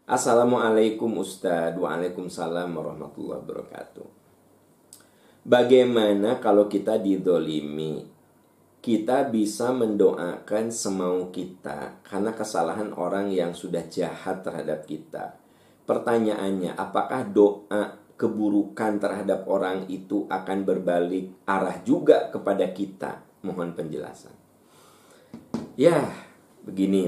Assalamualaikum Ustadz. Waalaikumsalam warahmatullahi wabarakatuh. Bagaimana kalau kita didolimi? Kita bisa mendoakan semau kita karena kesalahan orang yang sudah jahat terhadap kita. Pertanyaannya, apakah doa keburukan terhadap orang itu akan berbalik arah juga kepada kita? Mohon penjelasan. Ya, begini.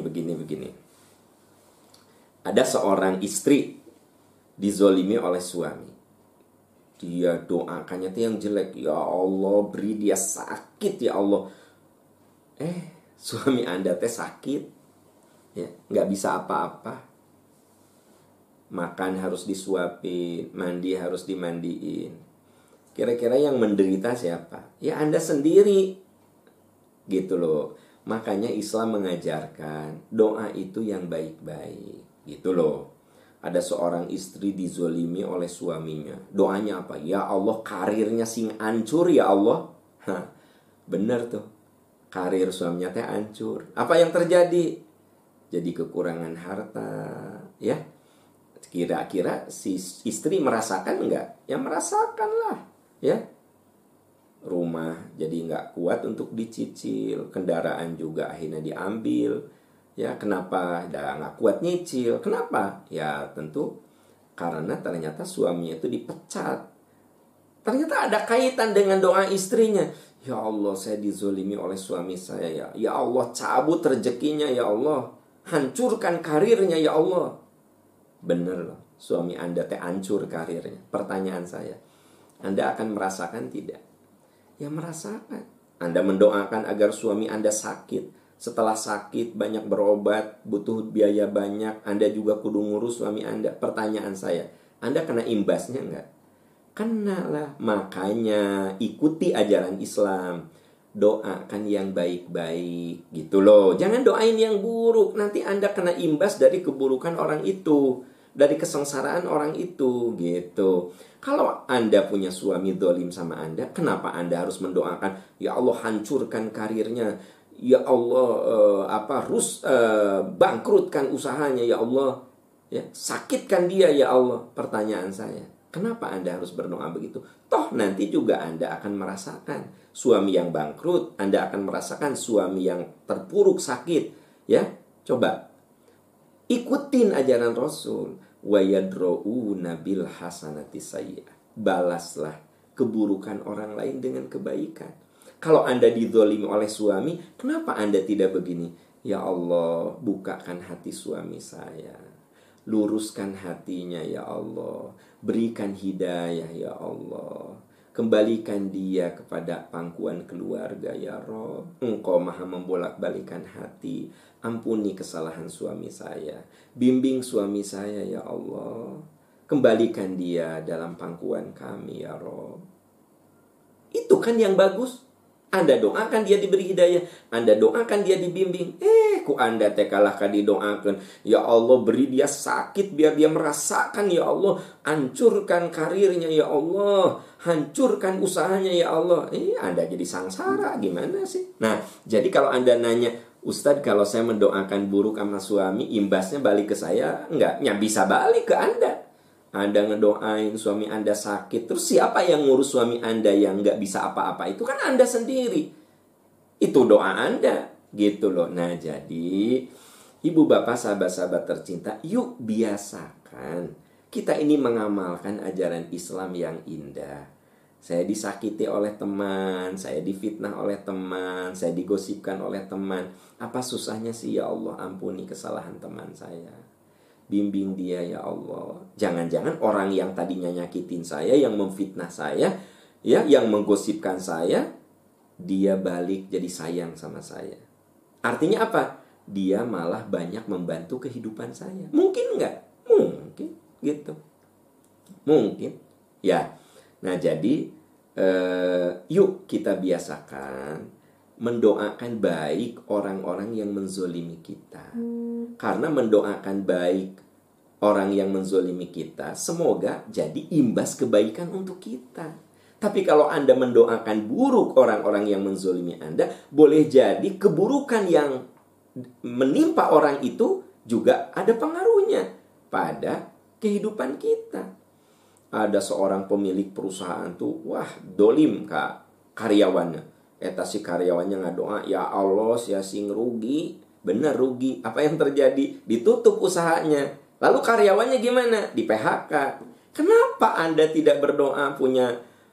Ada seorang istri dizolimi oleh suami. Dia doakannya itu yang jelek. Ya Allah, beri dia sakit ya Allah. Suami Anda teh sakit, ya, nggak bisa apa-apa. Makan harus disuapin, mandi harus dimandiin. Kira-kira yang menderita siapa? Ya Anda sendiri. Gitu loh. Makanya Islam mengajarkan doa itu yang baik-baik. Gitu loh. Ada seorang istri dizolimi oleh suaminya. Doanya apa? Ya Allah, karirnya sing hancur ya Allah. Bener tuh. Karir suaminya teh hancur. Apa yang terjadi? Jadi kekurangan harta, ya. Kira-kira si istri merasakan enggak? Ya merasakan lah, ya. Rumah jadi nggak kuat untuk dicicil, kendaraan juga akhirnya diambil. Ya, kenapa? Dah nggak kuat nyicil. Kenapa? Ya tentu karena ternyata suaminya itu dipecat. Ternyata ada kaitan dengan doa istrinya. Ya Allah, saya dizolimi oleh suami saya ya. Ya Allah, cabut rezekinya ya Allah. Hancurkan karirnya ya Allah. Bener loh, suami Anda teh hancur karirnya. Pertanyaan saya, Anda akan merasakan tidak? Ya merasakan. Anda mendoakan agar suami Anda sakit. Setelah sakit banyak berobat, butuh biaya banyak, Anda juga kudu ngurus suami Anda. Pertanyaan saya, Anda kena imbasnya enggak? Kena lah. Makanya ikuti ajaran Islam. Doakan yang baik-baik gitu loh. Jangan doain yang buruk. Nanti Anda kena imbas dari keburukan orang itu, dari kesengsaraan orang itu gitu. Kalau Anda punya suami dolim sama Anda, kenapa Anda harus mendoakan, ya Allah hancurkan karirnya, ya Allah bangkrutkan usahanya ya Allah, ya sakitkan dia ya Allah. Pertanyaan saya, kenapa Anda harus berdoa begitu? Toh nanti juga Anda akan merasakan suami yang bangkrut, Anda akan merasakan suami yang terpuruk sakit, ya. Coba ikutin ajaran Rasul. Wa yadra'una bil hasanati sayyi'ah. Balaslah keburukan orang lain dengan kebaikan. Kalau Anda dizolimi oleh suami, kenapa Anda tidak begini? Ya Allah, bukakan hati suami saya. Luruskan hatinya ya Allah. Berikan hidayah ya Allah. Kembalikan dia kepada pangkuan keluarga ya Rabb. Engkau maha membolak-balikan hati. Ampuni kesalahan suami saya. Bimbing suami saya ya Allah. Kembalikan dia dalam pangkuan kami ya Rabb. Itu kan yang bagus. Anda doakan dia diberi hidayah, Anda doakan dia dibimbing. Ku Anda tekalah didoakan, ya Allah beri dia sakit biar dia merasakan ya Allah, hancurkan karirnya ya Allah, hancurkan usahanya ya Allah. Anda jadi sangsara gimana sih? Nah, jadi kalau Anda nanya, Ustadz kalau saya mendoakan buruk sama suami, imbasnya balik ke saya? Enggak, ya bisa balik ke Anda. Anda ngedoain suami Anda sakit, terus siapa yang ngurus suami Anda yang nggak bisa apa-apa? Itu kan Anda sendiri. Itu doa Anda, gitu loh. Nah, jadi ibu bapak sahabat-sahabat tercinta, yuk biasakan kita ini mengamalkan ajaran Islam yang indah. Saya disakiti oleh teman, saya difitnah oleh teman, saya digosipkan oleh teman. Apa susahnya sih ya Allah, ampuni kesalahan teman saya. Bimbing dia ya Allah. Jangan-jangan orang yang tadinya nyakitin saya, yang memfitnah saya, ya, yang menggosipkan saya, dia balik jadi sayang sama saya. Artinya apa? Dia malah banyak membantu kehidupan saya. Mungkin nggak? Mungkin, gitu. Mungkin, ya. Nah jadi, yuk kita biasakan mendoakan baik orang-orang yang menzolimi kita. Karena mendoakan baik orang yang menzolimi kita, semoga jadi imbas kebaikan untuk kita. Tapi kalau Anda mendoakan buruk orang-orang yang menzolimi Anda, boleh jadi keburukan yang menimpa orang itu juga ada pengaruhnya. pada kehidupan kita. Ada seorang pemilik perusahaan tuh, wah dolim karyawannya. Eta si karyawannya ngadoa, ya Allah sia sing rugi. Bener rugi. Apa yang terjadi? Ditutup usahanya. Lalu karyawannya gimana? Di PHK. Kenapa Anda tidak berdoa punya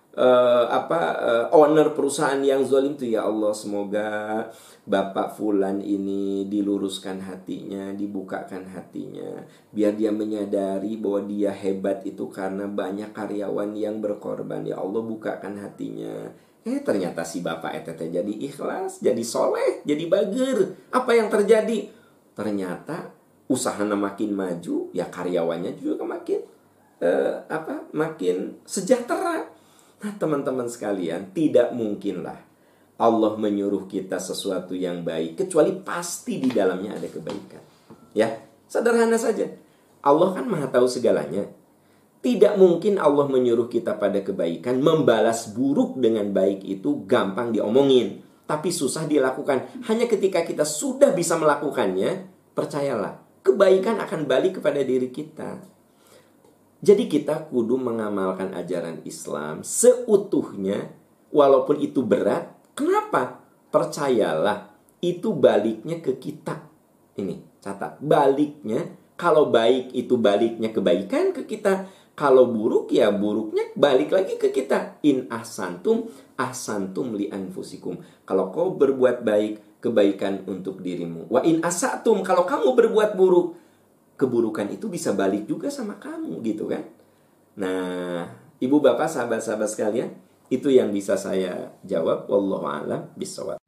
owner perusahaan yang zalim tuh? Ya Allah, semoga Bapak Fulan ini diluruskan hatinya, dibukakan hatinya, biar dia menyadari bahwa dia hebat itu karena banyak karyawan yang berkorban. Ya Allah, bukakan hatinya. Ternyata si Bapak ETT jadi ikhlas, jadi soleh, jadi bager. Apa yang terjadi? Ternyata usahanya makin maju, ya karyawannya juga makin makin sejahtera. Nah, teman-teman sekalian, tidak mungkinlah Allah menyuruh kita sesuatu yang baik kecuali pasti di dalamnya ada kebaikan. Ya, sederhana saja. Allah kan Maha tahu segalanya. Tidak mungkin Allah menyuruh kita pada kebaikan. Membalas buruk dengan baik itu gampang diomongin, tapi susah dilakukan. Hanya ketika kita sudah bisa melakukannya, percayalah, kebaikan akan balik kepada diri kita. Jadi kita kudu mengamalkan ajaran Islam seutuhnya, walaupun itu berat. Kenapa? Percayalah, itu baliknya ke kita. Ini, catat. Baliknya, kalau baik itu baliknya kebaikan ke kita. Kalau buruk, ya buruknya balik lagi ke kita. In ahsantum, ahsantum li anfusikum. Kalau kau berbuat baik, kebaikan untuk dirimu. Wa in asatum, kalau kamu berbuat buruk, keburukan itu bisa balik juga sama kamu, gitu kan? Nah, ibu bapak, sahabat-sahabat sekalian, itu yang bisa saya jawab. Wallahu a'lam bishawab.